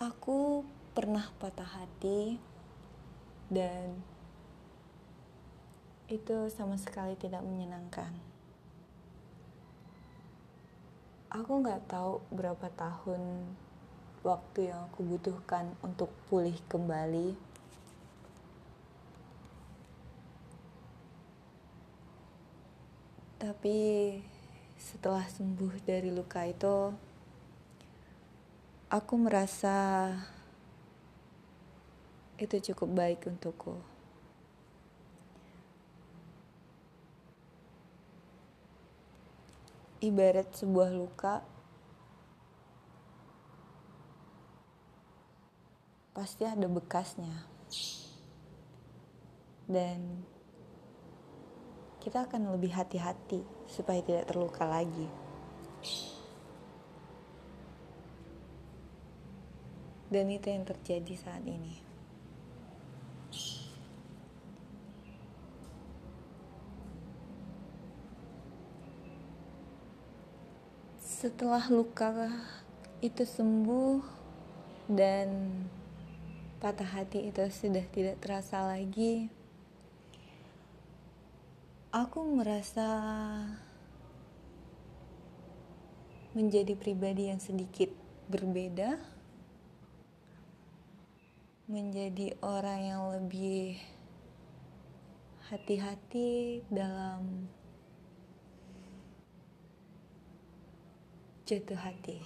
Aku pernah patah hati dan itu sama sekali tidak menyenangkan. Aku gak tahu berapa tahun waktu yang aku butuhkan untuk pulih kembali. Tapi setelah sembuh dari luka itu, aku merasa itu cukup baik untukku. Ibarat sebuah luka, pasti ada bekasnya. Dan kita akan lebih hati-hati supaya tidak terluka lagi. Dan itu yang terjadi saat ini. Setelah luka itu sembuh dan patah hati itu sudah tidak terasa lagi, aku merasa menjadi pribadi yang sedikit berbeda, menjadi orang yang lebih hati-hati dalam jatuh hati.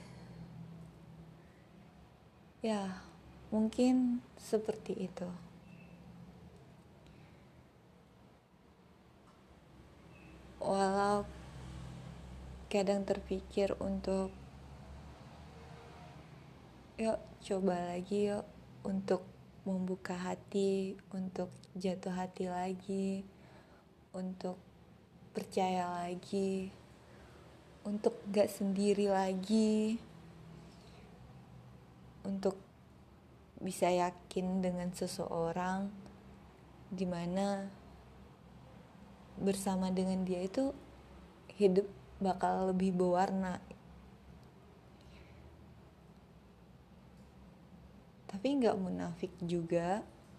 Ya, mungkin seperti itu. Walau kadang terpikir untuk yuk coba lagi yuk untuk membuka hati, untuk jatuh hati lagi, untuk percaya lagi, untuk gak sendiri lagi, untuk bisa yakin dengan seseorang dimana bersama dengan dia itu hidup bakal lebih berwarna. Tapi gak munafik juga,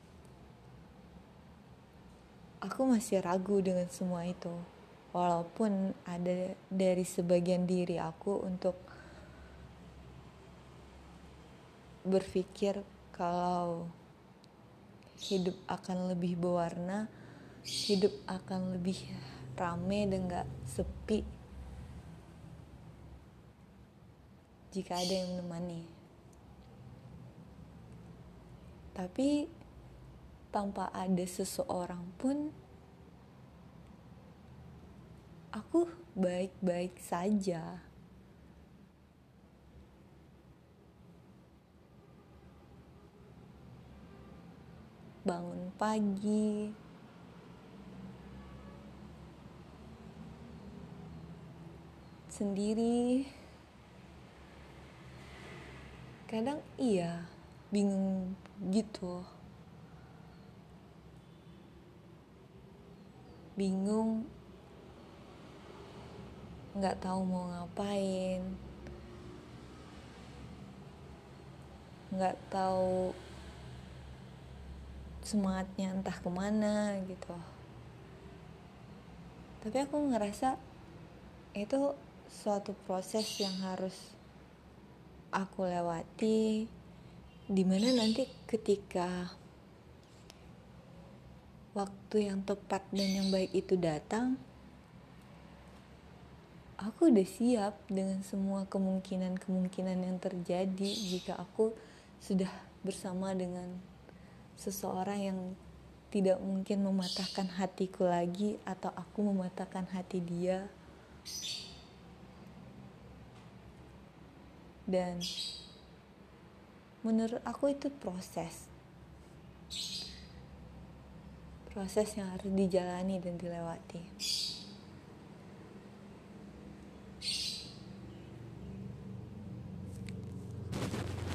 aku masih ragu dengan semua itu. Walaupun ada dari sebagian diri aku untuk berpikir kalau hidup akan lebih berwarna, hidup akan lebih rame dan gak sepi jika ada yang menemani. Tapi tanpa ada seseorang pun aku baik-baik saja. Bangun pagi, sendiri. Kadang iya, bingung gitu. Bingung, gak tahu mau ngapain, gak tahu semangatnya entah kemana gitu. Tapi aku ngerasa itu suatu proses yang harus aku lewati, dimana nanti ketika waktu yang tepat dan yang baik itu datang, aku udah siap dengan semua kemungkinan-kemungkinan yang terjadi jika aku sudah bersama dengan seseorang yang tidak mungkin mematahkan hatiku lagi, atau aku mematahkan hati dia. Dan menurut aku itu proses yang harus dijalani dan dilewati.